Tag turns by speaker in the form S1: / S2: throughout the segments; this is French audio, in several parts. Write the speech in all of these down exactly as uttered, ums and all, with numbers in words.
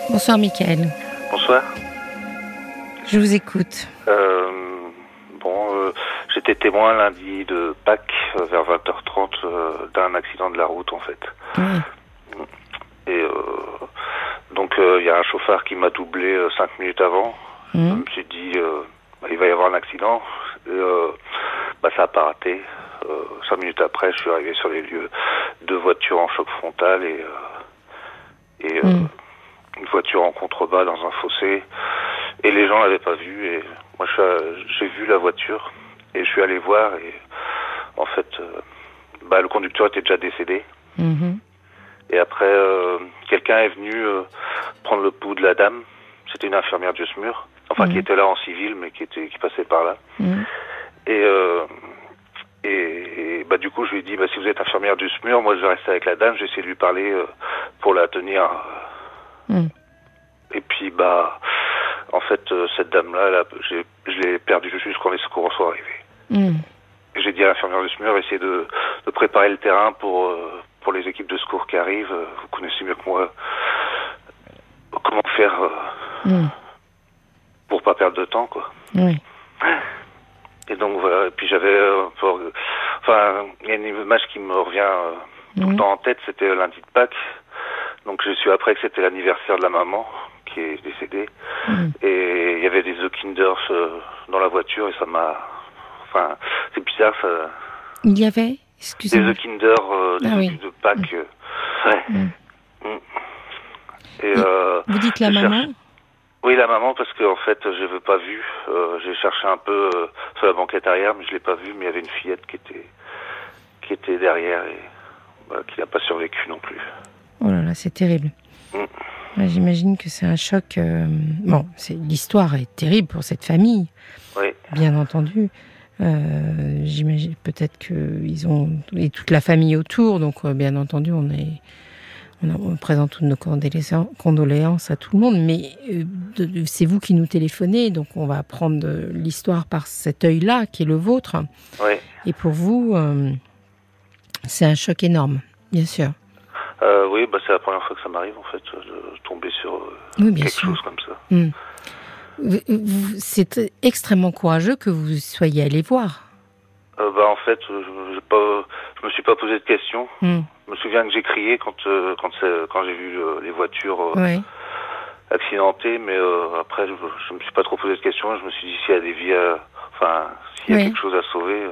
S1: Bonsoir Michael.
S2: Bonsoir.
S1: Je vous écoute.
S2: Euh, bon, euh, j'étais témoin lundi de Pâques euh, vers vingt heures trente euh, d'un accident de la route en fait.
S1: Oui.
S2: Et euh, donc il euh, y a un chauffeur qui m'a doublé euh, cinq minutes avant.
S1: Mmh.
S2: Je me suis dit euh, bah, il va y avoir un accident. Et, euh, bah, ça n'a pas raté. Euh, cinq minutes après, je suis arrivé sur les lieux. Deux voitures en choc frontal et, euh, et euh,
S1: mmh.
S2: une voiture en contrebas dans un fossé. Et les gens l'avaient pas vu. Et moi, je suis à, j'ai vu la voiture et je suis allé voir. Et en fait, euh, bah, le conducteur était déjà décédé.
S1: Mmh.
S2: Et après, euh, quelqu'un est venu euh, prendre le pouls de la dame. C'était une infirmière du S M U R. Enfin, mmh. qui était là en civil, mais qui était qui passait par là. Mmh. Et euh, Et, et bah du coup je lui ai dit bah si vous êtes infirmière du S M U R, moi je vais rester avec la dame, j'ai essayé de lui parler euh, pour la tenir. Mm. Et puis bah en fait euh, cette dame là, là j'ai, je l'ai perdue juste quand les secours sont arrivés. Mm. Et j'ai dit à l'infirmière du S M U R essayez de, de préparer le terrain pour euh, pour les équipes de secours qui arrivent. Vous connaissez mieux que moi comment faire euh, mm. pour pas perdre de temps quoi.
S1: Oui.
S2: Et donc voilà, et puis j'avais, euh, pour, enfin, il y a une image qui me revient euh, tout mmh. le temps en tête, c'était lundi de Pâques. Donc je suis après que c'était l'anniversaire de la maman qui est décédée. Mmh. Et il y avait des The Kinders euh, dans la voiture et ça m'a, enfin, c'est bizarre ça.
S1: Il y avait, excusez-moi.
S2: Des The Kinder, euh, des
S1: ah, oui.
S2: de Pâques.
S1: Mmh.
S2: Euh, ouais. Mmh. Mmh. Et,
S1: et
S2: euh,
S1: vous dites la maman
S2: cherche... Oui, la maman, parce qu'en fait, je l'avais pas vue. Euh, j'ai cherché un peu euh, sur la banquette arrière, mais je l'ai pas vue. Mais il y avait une fillette qui était qui était derrière et bah, qui n'a pas survécu non plus.
S1: Oh là là, c'est terrible. Mm. Ouais, j'imagine que c'est un choc. Euh... Bon, c'est... l'histoire est terrible pour cette famille.
S2: Oui.
S1: Bien entendu. Euh, j'imagine peut-être qu'ils ont et toute la famille autour. Donc, euh, bien entendu, on est. On présente toutes nos condoléances à tout le monde, mais euh, de, de, c'est vous qui nous téléphonez, donc on va prendre l'histoire par cet œil-là, qui est le vôtre.
S2: Oui.
S1: Et pour vous, euh, c'est un choc énorme, bien sûr.
S2: Euh, oui, bah, c'est la première fois que ça m'arrive, en fait, de tomber sur euh,
S1: oui, bien
S2: quelque
S1: sûr.
S2: chose comme ça.
S1: Mmh. Vous, vous, c'est extrêmement courageux que vous soyez allé voir.
S2: Euh, bah, en fait, je, j'ai pas, je me suis pas posé de questions. Mmh. Je me souviens que j'ai crié quand euh, quand, c'est, quand j'ai vu euh, les voitures euh,
S1: oui.
S2: accidentées, mais euh, après je, je me suis pas trop posé de questions. Je me suis dit s'il y a des vies, à, enfin s'il y a oui. quelque chose à sauver, euh,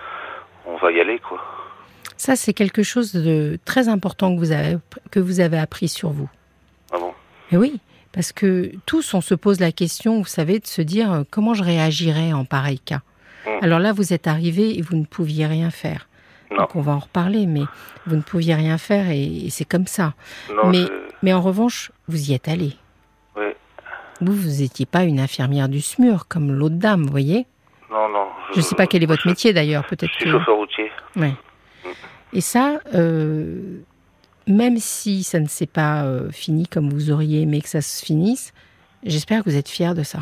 S2: on va y aller quoi.
S1: Ça c'est quelque chose de très important que vous avez que vous avez appris sur vous.
S2: Ah bon?
S1: Et oui, parce que tous on se pose la question, vous savez, de se dire euh, comment je réagirais en pareil cas. Mmh. Alors là vous êtes arrivé et vous ne pouviez rien faire.
S2: Non.
S1: Donc on va en reparler, mais vous ne pouviez rien faire et, et c'est comme ça.
S2: Non,
S1: mais,
S2: je...
S1: mais en revanche, vous y êtes allé.
S2: Oui.
S1: Vous, vous n'étiez pas une infirmière du S M U R comme l'autre dame, vous voyez ?
S2: Non, non.
S1: Je ne sais pas quel est votre je... métier d'ailleurs, peut-être.
S2: Je suis
S1: que...
S2: chauffeur routier.
S1: Oui. Mm. Et ça, euh, même si ça ne s'est pas euh, fini comme vous auriez aimé que ça se finisse, j'espère que vous êtes fiers de ça.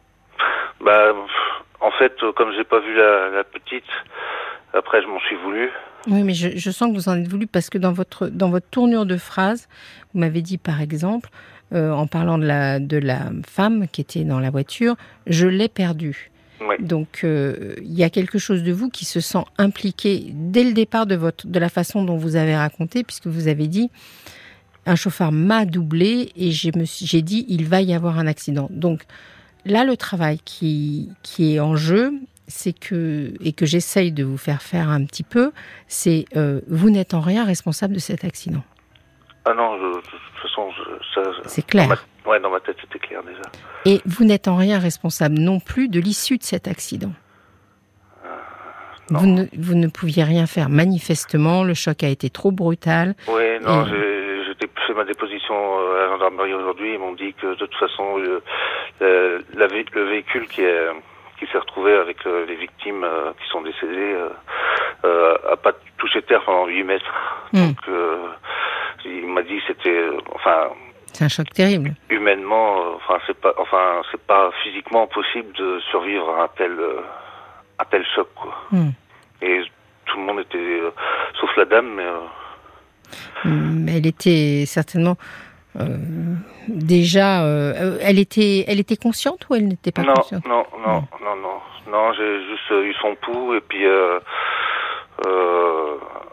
S2: Bah, en fait, comme j'ai pas vu la, la petite. Après, je m'en suis voulu.
S1: Oui, mais je, je sens que vous en êtes voulu parce que dans votre, dans votre tournure de phrase, vous m'avez dit, par exemple, euh, en parlant de la, de la femme qui était dans la voiture, « je l'ai perdue ».
S2: Oui.
S1: Donc, euh, il y a quelque chose de vous qui se sent impliqué dès le départ de, votre, de la façon dont vous avez raconté, puisque vous avez dit « un chauffeur m'a doublé et j'ai, me, j'ai dit, il va y avoir un accident ». Donc, là, le travail qui, qui est en jeu... c'est que, et que j'essaye de vous faire faire un petit peu, c'est euh, vous n'êtes en rien responsable de cet accident.
S2: Ah non, je, de toute façon, je, ça...
S1: C'est clair.
S2: Dans ma, ouais, dans ma tête, c'était clair déjà.
S1: Et vous n'êtes en rien responsable non plus de l'issue de cet accident.
S2: Euh, non.
S1: Vous, ne, vous ne pouviez rien faire. Manifestement, le choc a été trop brutal.
S2: Oui, non,
S1: et...
S2: j'ai, j'ai fait ma déposition à la gendarmerie aujourd'hui. Ils m'ont dit que de toute façon, le, le, la, le véhicule qui est... qui s'est retrouvé avec euh, les victimes euh, qui sont décédées, euh, euh, a pas touché terre pendant huit mètres. Mmh. Donc, euh, il m'a dit que c'était, euh, enfin...
S1: C'est un choc terrible.
S2: Humainement, euh, enfin, c'est pas, enfin, c'est pas physiquement possible de survivre à un tel, euh, un tel choc, quoi. Mmh. Et tout le monde était, euh, sauf la dame, mais... Euh...
S1: Mmh, elle était certainement... euh, déjà, euh, elle était, elle était consciente ou elle n'était pas
S2: non,
S1: consciente?
S2: Non, non, non, non, non, non. J'ai juste eu son pouls et puis euh, euh,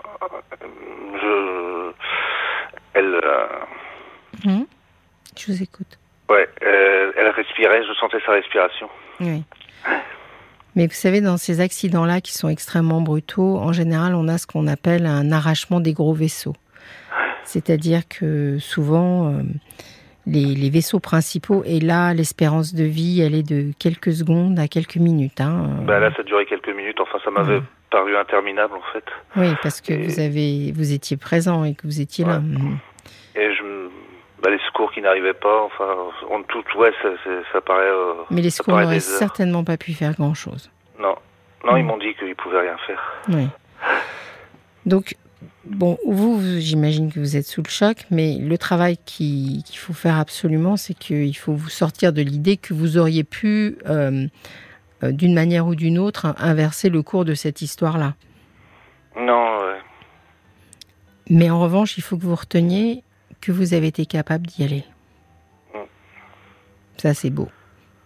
S2: je, elle. Euh,
S1: mmh. Je vous écoute.
S2: Ouais, euh, elle respirait, je sentais sa respiration.
S1: Oui. Mais vous savez, dans ces accidents-là qui sont extrêmement brutaux, en général, on a ce qu'on appelle un arrachement des gros vaisseaux. C'est-à-dire que souvent, euh, les, les vaisseaux principaux, et là, l'espérance de vie, elle est de quelques secondes à quelques minutes. Hein.
S2: Bah là, ça durait quelques minutes. Enfin, ça m'avait ouais. paru interminable, en fait.
S1: Oui, parce que et... vous avez, vous étiez présent et que vous étiez ouais. là. Mmh.
S2: Et je Bah, les secours qui n'arrivaient pas, enfin, on tout, ouais, ça, ça, ça paraît. Euh,
S1: Mais les secours n'auraient certainement pas pu faire grand-chose.
S2: Non, non, mmh. ils m'ont dit qu'ils pouvaient rien faire.
S1: Oui. Donc, bon, vous, j'imagine que vous êtes sous le choc, mais le travail qui, qu'il faut faire absolument, c'est qu'il faut vous sortir de l'idée que vous auriez pu, euh, euh, d'une manière ou d'une autre, inverser le cours de cette histoire-là.
S2: Non. Ouais.
S1: Mais en revanche, il faut que vous reteniez que vous avez été capable d'y aller. Mm. Ça, c'est beau.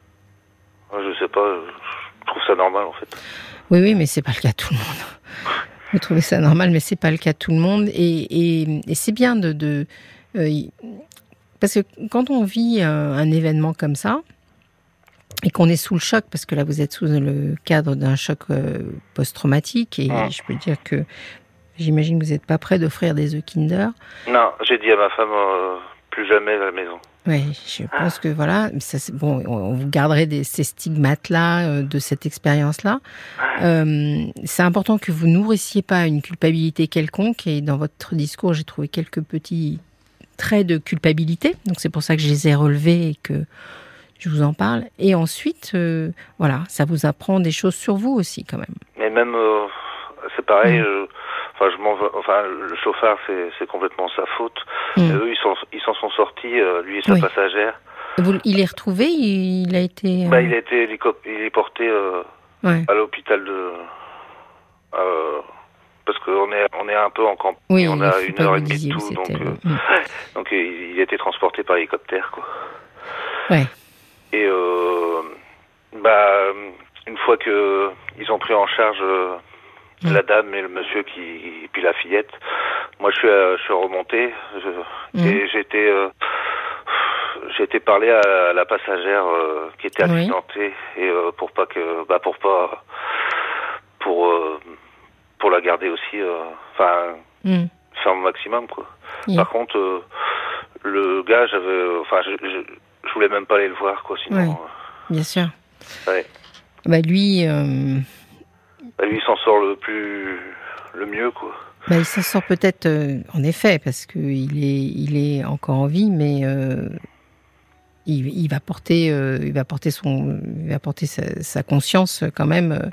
S2: Je sais pas, je trouve ça normal, en fait.
S1: Oui, oui, mais c'est pas le cas de tout le monde. Vous trouvez ça normal, mais c'est pas le cas de tout le monde. Et, et, et c'est bien de... de euh, parce que quand on vit un, un événement comme ça, et qu'on est sous le choc, parce que là, vous êtes sous le cadre d'un choc euh, post-traumatique, et mm. je peux dire que j'imagine que vous n'êtes pas prêt d'offrir des œufs Kinder.
S2: Non, j'ai dit à ma femme, euh, plus jamais à la maison.
S1: Oui, je pense que voilà, ça, c'est, bon, on vous garderait des, ces stigmates-là, euh, de cette expérience-là. Euh, c'est important que vous nourrissiez pas une culpabilité quelconque, et dans votre discours, j'ai trouvé quelques petits traits de culpabilité, donc c'est pour ça que je les ai relevés et que je vous en parle. Et ensuite, euh, voilà, ça vous apprend des choses sur vous aussi, quand même.
S2: Mais même, euh, c'est pareil... Mmh. Euh... Enfin, je m'en veux, enfin, le chauffard, c'est, c'est complètement sa faute. Mmh. Et eux, ils sont, ils s'en sont sortis, euh, lui et sa oui. passagère.
S1: Vous, il est retrouvé, il a été. Euh...
S2: Bah, il a été, il est porté euh, ouais. à l'hôpital de. Euh, parce qu'on est, on est un peu en campagne, oui, on a une heure et demie de tout, donc, euh, mmh. donc il, il a été transporté par hélicoptère, quoi.
S1: Ouais.
S2: Et euh, bah, une fois que ils ont pris en charge. Euh, Mmh. La dame et le monsieur qui, et puis la fillette. Moi, je suis, euh, je suis remonté je, mmh. et j'ai été, euh, j'ai été parler à la passagère euh, qui était accidentée oui. et euh, pour pas que, bah pour pas, pour euh, pour la garder aussi, enfin euh, mmh. faire mon maximum quoi. Yeah. Par contre, euh, le gars, j'avais, enfin, je, je, je voulais même pas aller le voir quoi, sinon.
S1: Oui. Bien sûr.
S2: Ouais.
S1: Bah lui. Euh...
S2: Bah lui, il s'en sort le plus, le mieux, quoi.
S1: Bah, il s'en sort peut-être, euh, en effet, parce que il est, il est encore en vie, mais euh, il, il va porter, euh, il va porter son, il va porter sa, sa conscience quand même. Euh.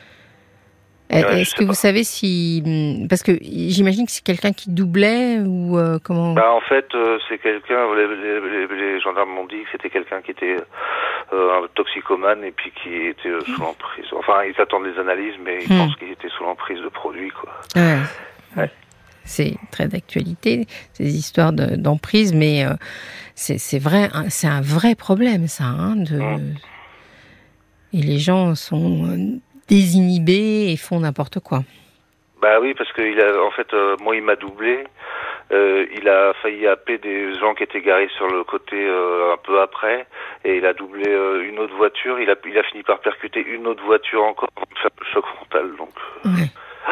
S1: Ouais, Est-ce que pas. Vous savez si, parce que j'imagine que c'est quelqu'un qui doublait ou euh, comment?
S2: Bah en fait, euh, c'est quelqu'un. Les, les, les gendarmes m'ont dit que c'était quelqu'un qui était euh, un toxicomane et puis qui était euh, sous l'emprise. Enfin, ils attendent les analyses, mais ils hmm. pensent qu'il était sous l'emprise de produits, quoi.
S1: Ouais.
S2: Ouais.
S1: C'est très d'actualité, ces histoires de, d'emprise, mais euh, c'est, c'est vrai, c'est un vrai problème, ça. Hein, de... hmm. Et les gens sont désinhibés et font n'importe quoi.
S2: Bah oui, parce que il a, en fait, euh, moi, il m'a doublé. Euh, il a failli happer des gens qui étaient garés sur le côté euh, un peu après, et il a doublé euh, une autre voiture. Il a, il a fini par percuter une autre voiture encore avant de faire le choc frontal. Donc,
S1: ouais.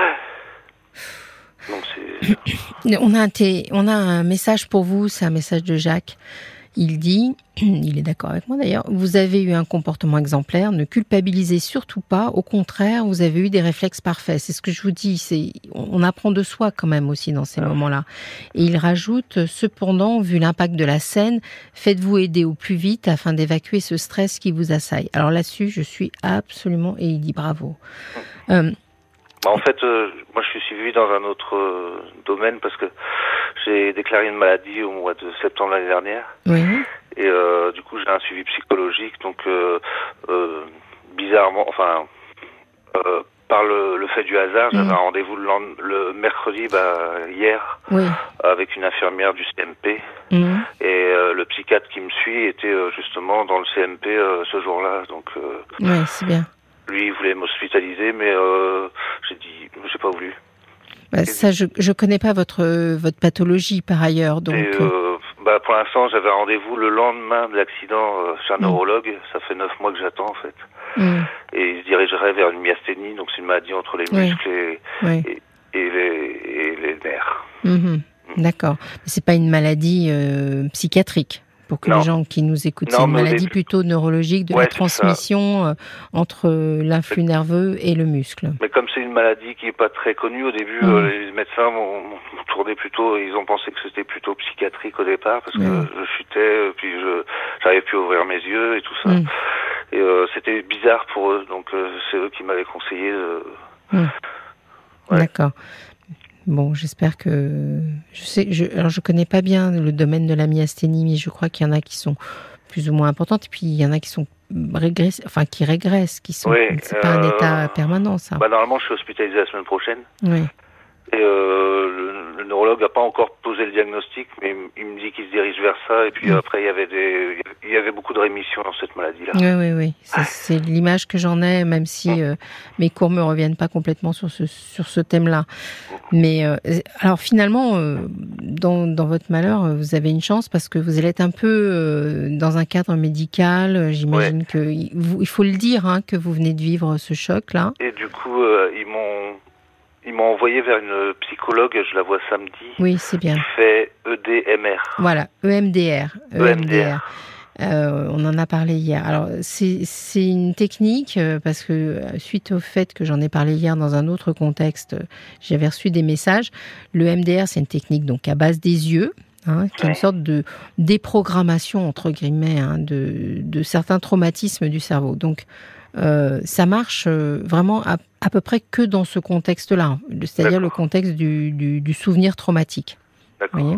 S2: donc c'est.
S1: On a un t- on a un message pour vous. C'est un message de Jacques. Il dit, il est d'accord avec moi d'ailleurs, vous avez eu un comportement exemplaire, ne culpabilisez surtout pas, au contraire, vous avez eu des réflexes parfaits. C'est ce que je vous dis, c'est, on apprend de soi quand même aussi dans ces ah. moments-là. Et il rajoute, cependant, vu l'impact de la scène, faites-vous aider au plus vite afin d'évacuer ce stress qui vous assaille. Alors là-dessus, je suis absolument, et il dit bravo. Euh,
S2: En fait, euh, moi je suis suivi dans un autre euh, domaine parce que j'ai déclaré une maladie au mois de septembre l'année dernière.
S1: Oui.
S2: Et euh, du coup j'ai un suivi psychologique, donc euh, euh, bizarrement, enfin, euh, par le, le fait du hasard, j'avais mmh. un rendez-vous le, lend- le mercredi, bah, hier,
S1: oui.
S2: avec une infirmière du C M P. Mmh. Et euh, le psychiatre qui me suit était euh, justement dans le C M P euh, ce jour-là. Donc, euh,
S1: ouais, c'est bien.
S2: Lui, il voulait m'hospitaliser, mais euh, j'ai dit, j'ai pas voulu.
S1: Bah, ça, je je connais pas votre votre pathologie par ailleurs, donc.
S2: Et, euh, bah pour l'instant, j'avais un rendez-vous le lendemain de l'accident euh, chez un mmh. neurologue. Ça fait neuf mois que j'attends en fait. Mmh. Et il se dirigerait vers une myasthénie, donc c'est une maladie entre les
S1: oui.
S2: muscles et,
S1: oui.
S2: et, et, les, et les nerfs.
S1: Mmh. Mmh. D'accord. Mais c'est pas une maladie euh, psychiatrique. Pour que non. les gens qui nous écoutent, non, c'est une maladie début... plutôt neurologique de
S2: ouais,
S1: la transmission euh, entre l'influx nerveux et le muscle.
S2: Mais comme c'est une maladie qui est pas très connue au début, mmh. euh, les médecins m'ont, m'ont tourné plutôt, ils ont pensé que c'était plutôt psychiatrique au départ parce que mmh. je chutais, puis je j'arrivais plus à ouvrir mes yeux et tout ça. Mmh. Et euh, c'était bizarre pour eux, donc euh, c'est eux qui m'avaient conseillé. Euh...
S1: Mmh. Ouais. D'accord. Bon, j'espère que je sais. Je, alors, je connais pas bien le domaine de la myasthénie, mais je crois qu'il y en a qui sont plus ou moins importantes, et puis il y en a qui sont régressent, enfin qui régressent, qui sont. Oui, c'est pas euh, un état permanent, ça.
S2: Bah normalement, je suis hospitalisé la semaine prochaine.
S1: Oui.
S2: Et euh, le, le neurologue n'a pas encore posé le diagnostic, mais il me dit qu'il se dirige vers ça. Et puis mmh. après, il y avait des, il y avait beaucoup de rémissions dans cette maladie-là.
S1: Oui, oui, oui. C'est, c'est l'image que j'en ai, même si mmh. euh, mes cours me reviennent pas complètement sur ce sur ce thème-là. Mais euh, alors finalement, euh, dans dans votre malheur, vous avez une chance parce que vous allez être un peu euh, dans un cadre médical. J'imagine ouais. que il, vous, il faut le dire, hein, que vous venez de vivre ce choc-là.
S2: Et du coup, euh, ils m'ont Ils m'ont envoyé vers une psychologue, je la vois samedi.
S1: Oui, c'est bien.
S2: Qui fait E D M R.
S1: Voilà, E M D R. E M D R. Euh, on en a parlé hier. Alors, c'est, c'est une technique, euh, parce que suite au fait que j'en ai parlé hier dans un autre contexte, j'avais reçu des messages. Le E M D R, c'est une technique donc à base des yeux. Hein, qui est une sorte de déprogrammation, entre guillemets, hein, de, de certains traumatismes du cerveau. Donc, Euh, ça marche euh, vraiment à, à peu près que dans ce contexte-là, c'est-à-dire D'accord. le contexte du, du, du souvenir traumatique.
S2: D'accord.
S1: Voyez,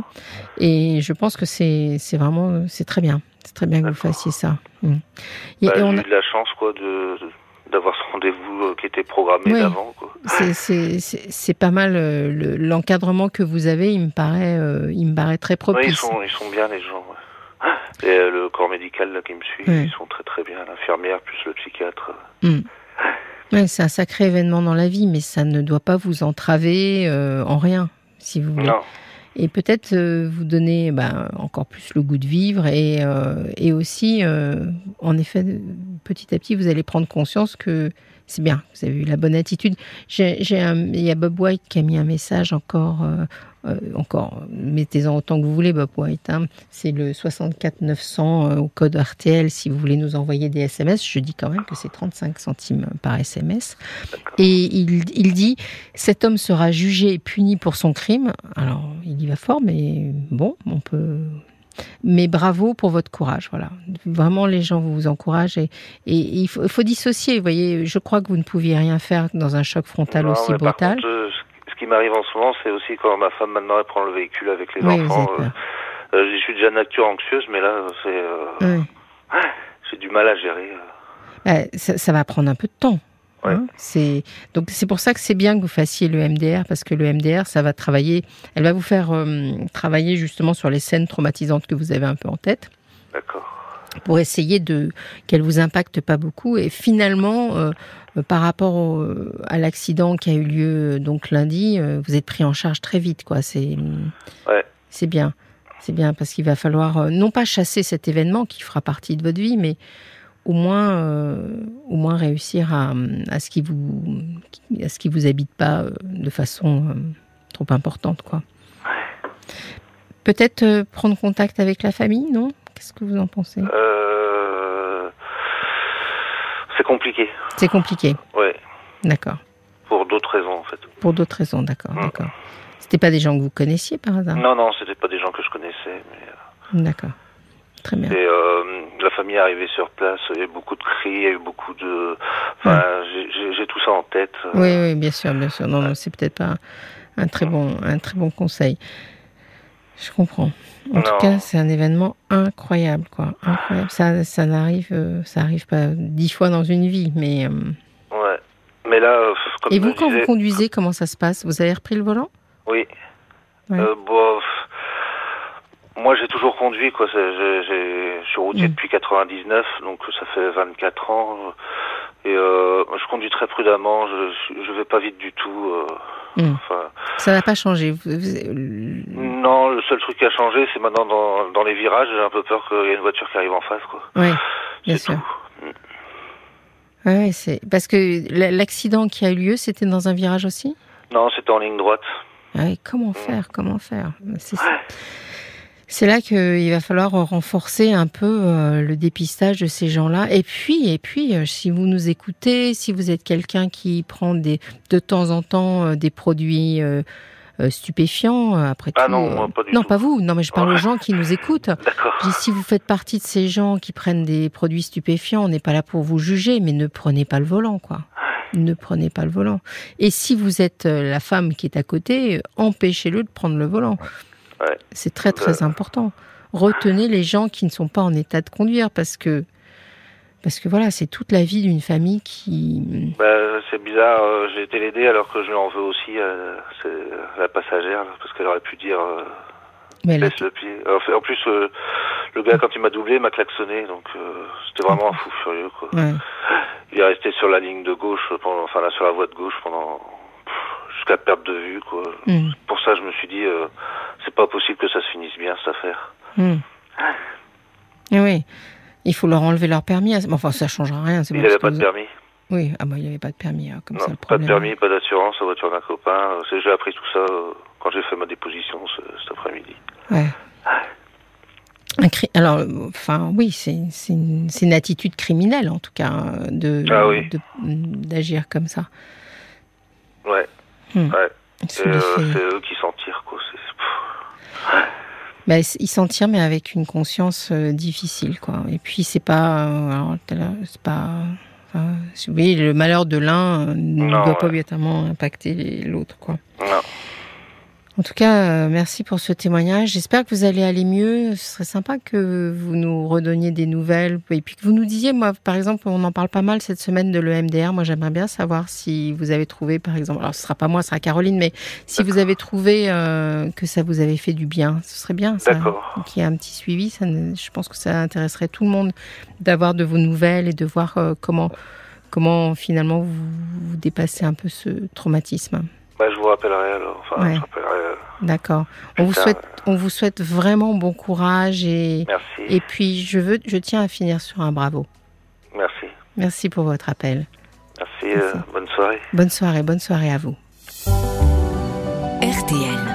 S1: et je pense que c'est, c'est vraiment, c'est très bien, c'est très bien que D'accord. vous fassiez ça. Mmh.
S2: Et, bah, et on j'ai a... eu de la chance, quoi, de, de, d'avoir ce rendez-vous qui était programmé oui. d'avant, quoi.
S1: C'est, c'est, c'est, c'est pas mal euh, le, l'encadrement que vous avez, il me paraît, euh, il me paraît très propice.
S2: Oui, ils sont, ils sont bien les gens. Ouais. Et euh, le corps médical là, qui me suit, oui. ils sont très très bien. L'infirmière plus le psychiatre.
S1: Mmh. Ouais, c'est un sacré événement dans la vie, mais ça ne doit pas vous entraver euh, en rien, si vous voulez.
S2: Non.
S1: Et peut-être euh, vous donner bah, encore plus le goût de vivre et, euh, et aussi, euh, en effet, petit à petit, vous allez prendre conscience que c'est bien, vous avez eu la bonne attitude. J'ai, j'ai un, il y a Bob White qui a mis un message encore... Euh, Euh, encore, mettez-en autant que vous voulez, Bob White. Hein. C'est le soixante-quatre neuf cents euh, au code R T L si vous voulez nous envoyer des S M S. Je dis quand même que c'est trente-cinq centimes par S M S. D'accord. Et il, il dit « Cet homme sera jugé et puni pour son crime ». Alors, il y va fort, mais bon, on peut... Mais bravo pour votre courage, voilà. Vraiment, les gens vous encouragent et, et il, faut, il faut dissocier. Vous voyez, je crois que vous ne pouviez rien faire dans un choc frontal non, aussi brutal.
S2: Contre, euh, ce qui m'arrive en ce moment, c'est aussi quand ma femme maintenant elle prend le véhicule avec les oui, enfants. Euh, euh, je suis déjà de nature anxieuse, mais là, c'est, euh, oui. j'ai du mal à gérer.
S1: Euh, ça, ça va prendre un peu de temps. Ouais. Hein, c'est donc c'est pour ça que c'est bien que vous fassiez le M D R parce que le M D R ça va travailler, elle va vous faire euh, travailler justement sur les scènes traumatisantes que vous avez un peu en tête.
S2: D'accord.
S1: Pour essayer de qu'elle vous impacte pas beaucoup et finalement euh, par rapport au, à l'accident qui a eu lieu donc lundi, euh, vous êtes pris en charge très vite quoi. C'est
S2: ouais.
S1: c'est bien, c'est bien parce qu'il va falloir euh, non pas chasser cet événement qui fera partie de votre vie, mais au moins, euh, au moins réussir à, à ce qui vous, à ce qui vous habite pas euh, de façon euh, trop importante, quoi. Peut-être euh, prendre contact avec la famille, non ? Qu'est-ce que vous en pensez ?
S2: euh... C'est compliqué.
S1: C'est compliqué.
S2: Ouais.
S1: D'accord.
S2: Pour d'autres raisons, en fait.
S1: Pour d'autres raisons, d'accord, mmh. d'accord. C'était pas des gens que vous connaissiez par hasard ?
S2: Non, non, c'était pas des gens que je connaissais, mais.
S1: D'accord. Très bien.
S2: Et euh, la famille est arrivée sur place, il y a eu beaucoup de cris, il y a eu beaucoup de... Enfin, ouais. j'ai, j'ai, j'ai tout ça en tête.
S1: Oui, oui, bien sûr, bien sûr. Non, ouais. non, c'est peut-être pas un très bon, un très bon conseil. Je comprends. En non. tout cas, c'est un événement incroyable, quoi. Incroyable. Ça, ça n'arrive, ça arrive pas dix fois dans une vie, mais... Euh...
S2: Ouais. Mais là,
S1: Et vous, quand disais... vous conduisez, comment ça se passe? Vous avez repris le volant?
S2: Oui. Ouais. Euh, bon, moi, j'ai toujours conduit, quoi. J'ai, j'ai, je suis routier mmh. depuis quatre-vingt-dix-neuf, donc ça fait vingt-quatre ans. Et euh, je conduis très prudemment. Je, je vais pas vite du tout. Euh,
S1: mmh. enfin, ça n'a pas changé. Vous, vous...
S2: Non, le seul truc qui a changé, c'est maintenant dans, dans les virages, j'ai un peu peur qu'il y ait une voiture qui arrive en face, quoi.
S1: Oui, bien
S2: c'est
S1: sûr.
S2: Tout.
S1: Ouais, c'est parce que l'accident qui a eu lieu, c'était dans un virage aussi?
S2: Non, c'était en ligne droite.
S1: Ouais, comment faire? Mmh. Comment faire? C'est, c'est là qu'il va falloir renforcer un peu euh, le dépistage de ces gens-là. Et puis, et puis, euh, si vous nous écoutez, si vous êtes quelqu'un qui prend des, de temps en temps euh, des produits euh, euh, stupéfiants, euh, après
S2: ah
S1: tout.
S2: non, moi, pas du
S1: non,
S2: tout.
S1: pas vous. Non, mais je parle ouais. aux gens qui nous écoutent.
S2: D'accord.
S1: Je dis, si vous faites partie de ces gens qui prennent des produits stupéfiants, on n'est pas là pour vous juger, mais ne prenez pas le volant, quoi. Ne prenez pas le volant. Et si vous êtes la femme qui est à côté, empêchez-le de prendre le volant.
S2: Ouais.
S1: C'est très très euh... important. Retenez les gens qui ne sont pas en état de conduire parce que parce que voilà, c'est toute la vie d'une famille qui.
S2: Bah, c'est bizarre. Euh, j'ai été l'aider alors que je lui en veux aussi. Euh, c'est la passagère parce qu'elle aurait pu dire. Euh...
S1: Mais
S2: laisse le pied. En plus, euh, le gars, quand il m'a doublé, m'a klaxonné, donc euh, c'était vraiment un fou furieux, quoi.
S1: Ouais.
S2: Il est resté sur la ligne de gauche, pendant, enfin là, sur la voie de gauche pendant pff, jusqu'à perte de vue, quoi. Mm. Pour ça, je me suis dit, euh, c'est pas possible que ça se finisse bien, cette affaire.
S1: Mm. Et oui, il faut leur enlever leur permis. Enfin, ça changera rien. C'est
S2: il n'avait pas de vous... permis.
S1: Oui, ah bah il n'y avait pas de permis, hein, comme
S2: non,
S1: ça le
S2: pas
S1: problème.
S2: de permis, pas d'assurance, la voiture d'un copain. C'est, j'ai appris tout ça euh, quand j'ai fait ma déposition ce, cet après-midi.
S1: Ouais. Un cri... Alors, enfin, oui, c'est, c'est, une, c'est une attitude criminelle, en tout cas, de,
S2: ah, oui.
S1: de, d'agir comme ça.
S2: Ouais. Hmm. ouais.
S1: C'est,
S2: euh,
S1: fait...
S2: c'est eux qui s'en tirent, quoi. C'est...
S1: Ben, ils s'en tirent, mais avec une conscience euh, difficile, quoi. Et puis, c'est pas... Euh, alors, c'est pas... Enfin, oui, le malheur de l'un euh, ne doit ouais. pas obligatoirement impacter l'autre, quoi.
S2: Non.
S1: En tout cas, euh, merci pour ce témoignage. J'espère que vous allez aller mieux. Ce serait sympa que vous nous redonniez des nouvelles. Et puis que vous nous disiez, moi, par exemple, on en parle pas mal cette semaine de l'E M D R. Moi, j'aimerais bien savoir si vous avez trouvé, par exemple, alors ce sera pas moi, ce sera Caroline, mais si D'accord. vous avez trouvé euh, que ça vous avait fait du bien, ce serait bien, ça.
S2: D'accord.
S1: Qu'il y ait un petit suivi. Ça ne, je pense que ça intéresserait tout le monde d'avoir de vos nouvelles et de voir euh, comment, comment finalement vous, vous dépassez un peu ce traumatisme.
S2: Bah, je vous rappellerai alors. Enfin,
S1: ouais.
S2: je rappellerai.
S1: D'accord. On vous souhaite, on vous souhaite vraiment bon courage et.
S2: Merci.
S1: Et puis je veux, je tiens à finir sur un bravo.
S2: Merci.
S1: Merci pour votre appel.
S2: Merci. Merci. Euh, bonne soirée.
S1: Bonne soirée. Bonne soirée à vous.
S3: R T L.